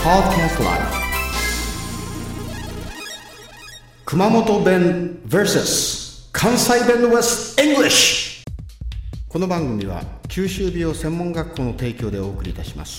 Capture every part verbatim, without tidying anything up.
Podcast Live 熊本弁 ブイエス 関西弁 with English。 この番組は九州美容専門学校の提供でお送りいたします。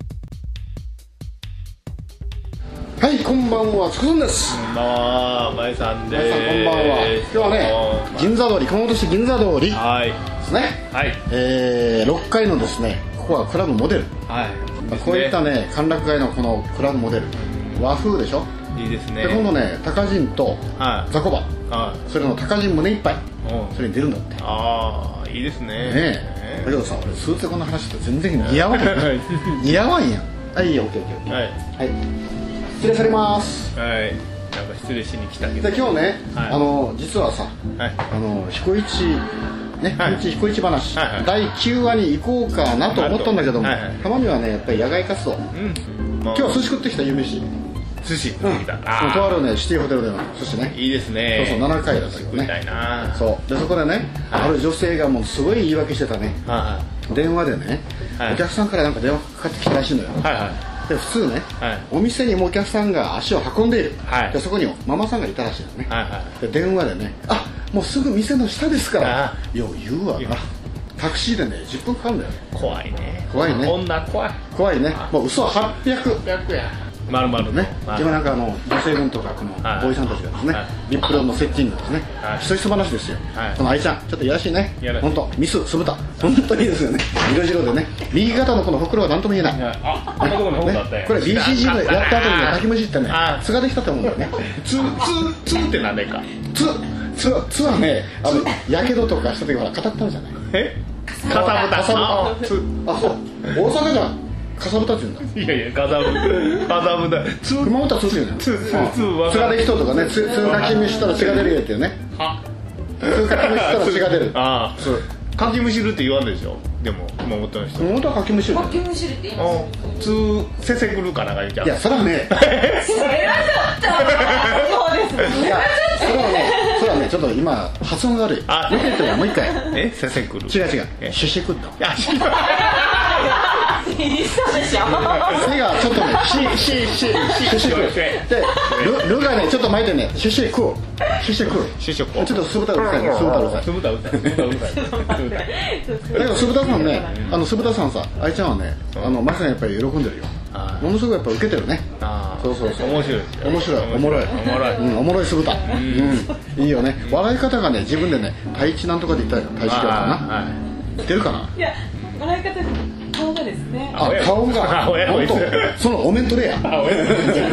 はい、こんばんは、つくぞんです。 こんばんは、まゆさんです。 まゆさん、こんばんは。今日はね、銀座通り、熊本市銀座通りですね。はい。えー、ろっかいのですね、ここはクラブモデル。はい。こういったね、歓楽街のこのクラブモデル、和風でしょ。いいですね。で、今度ね、高人と雑魚場、それの高人胸いっぱい、それに出るんだって。ああ、いいですね。ねえ。だけどさ、俺スーツでこんな話って全然似合わんやん。似合わんやん。はい、いいよ、オッケーオッケー。はい。はい。失礼されます。はい。なんか失礼しに来たけど。で、今日ね、あの実はさ、あの彦一ね、彦一話だいきゅうわに行こうかなと思ったんだけども、たまにはね、やっぱり野外活動。今日は寿司食ってきた、有名し。寿司食ってきた。とあるね、シティホテルでの寿司ね。いいですね。そうそう、ななかいだったけどね。そうで、そこでね、ある女性がもうすごい言い訳してたね。電話でね、お客さんからなんか電話かかってきたらしいのよ。で、普通ね、はい、お店にもお客さんが足を運んでいる、はい、でそこにママさんがいたらしいのね、はいはい、で電話でね、あ、もうすぐ店の下ですから、よう言うわな。タクシーでねじゅっぷんかかるんだよ。怖いね、怖いね、こんな怖い怖いね、もう嘘ははっぴゃくやまるまるね。今なんかあの女性軍とかこのボーイさんたちがですね、リップロのセッティングですね、ひとひと話ですよ。この愛ちゃんちょっといやらしいね、本当ミス酢豚本当にいいですよね。色白でね、右肩のこのほくろが何とも言えない。これ ビーシージー のやった後に炊き蒸しってね、酢ができたと思うんだよね。 ツツツって何でか。 ツツツはね、あのやけどとかした時ほら語ったのじゃない。え？ かさぶた。 あ、そう大阪じゃん。かさぶたって言うんだ。いやいや、かさぶた、かさぶた。 熊本はつって言うんだよ。つ、つ、つができととかね、つ、つかきむしたら血が出るよっていうね。は？つかきむしたら血が出る。ああ、そう。 かきむしるって言わんでしょ。でも熊本の人。 熊本はかきむしる。 かきむしるって言います。 つ、せせくるかなんか言っちゃう。 いや、それはね。 それはちょっと。そうですね。いや、 それはね、それはね、ちょっと今発音が悪い。あ、よく言ってる。もう一回。 え、せせくる。 違う違う。シュシェクッと。いや、シュ。 いいそうでしょ。 背がちょっとね、シシシシシクで、ルルがねちょっと巻いてね、シシクシシクシシクちょっと酢豚うるさいね、酢豚うるさい。酢豚うるさい。酢豚うるさい。だけど酢豚さんね、あの酢豚さんさ、あいちゃんはね、あのまさにやっぱり喜んでるよ。ものすごくやっぱ受けてるね。そうそうそう。 面白い。 面白い。おもろい。おもろい。うん、おもろい酢豚。うん、いいよね。笑い方がね、自分でね、太一なんとかで言ったよ。太一教かな。言ってるかな。 いや、笑い方。顔がですね。 あ、顔が。本当。そのお面取れや。あ、お面取れ。そうそうそう。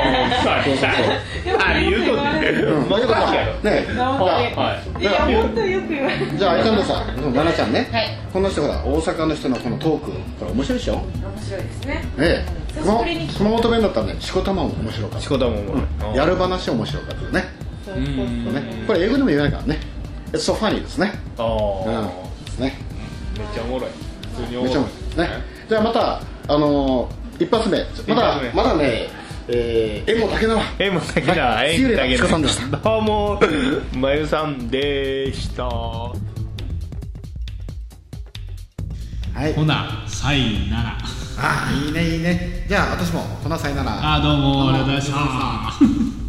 あ、言うとね。 うん。だけどさ、ね。 いや、本当よく言われる。 じゃあ、あいちゃんとさ、ななちゃんね。はい。この人ほら、大阪の人のこのトーク、これ面白いでしょ。 面白いですね。 ええ。熊本弁だったらね、しこたまも面白かった。 しこたまも。 やる話面白かったね。うん。ね。これ英語でも言えないからね。It's so funny ですね。ああ。うん。ですね。 めっちゃおもろい。 めっちゃおもろい。ね、じゃあまたあのー、一発目まだまだね、えー、縁も竹縄縁も竹縄縁も竹縄さんでした。 どうもまゆさんでした。はい、ほなさいなら。 ああ、いいねいいね。じゃあ私もほなさいなら。 あ、どうもありがとうございました。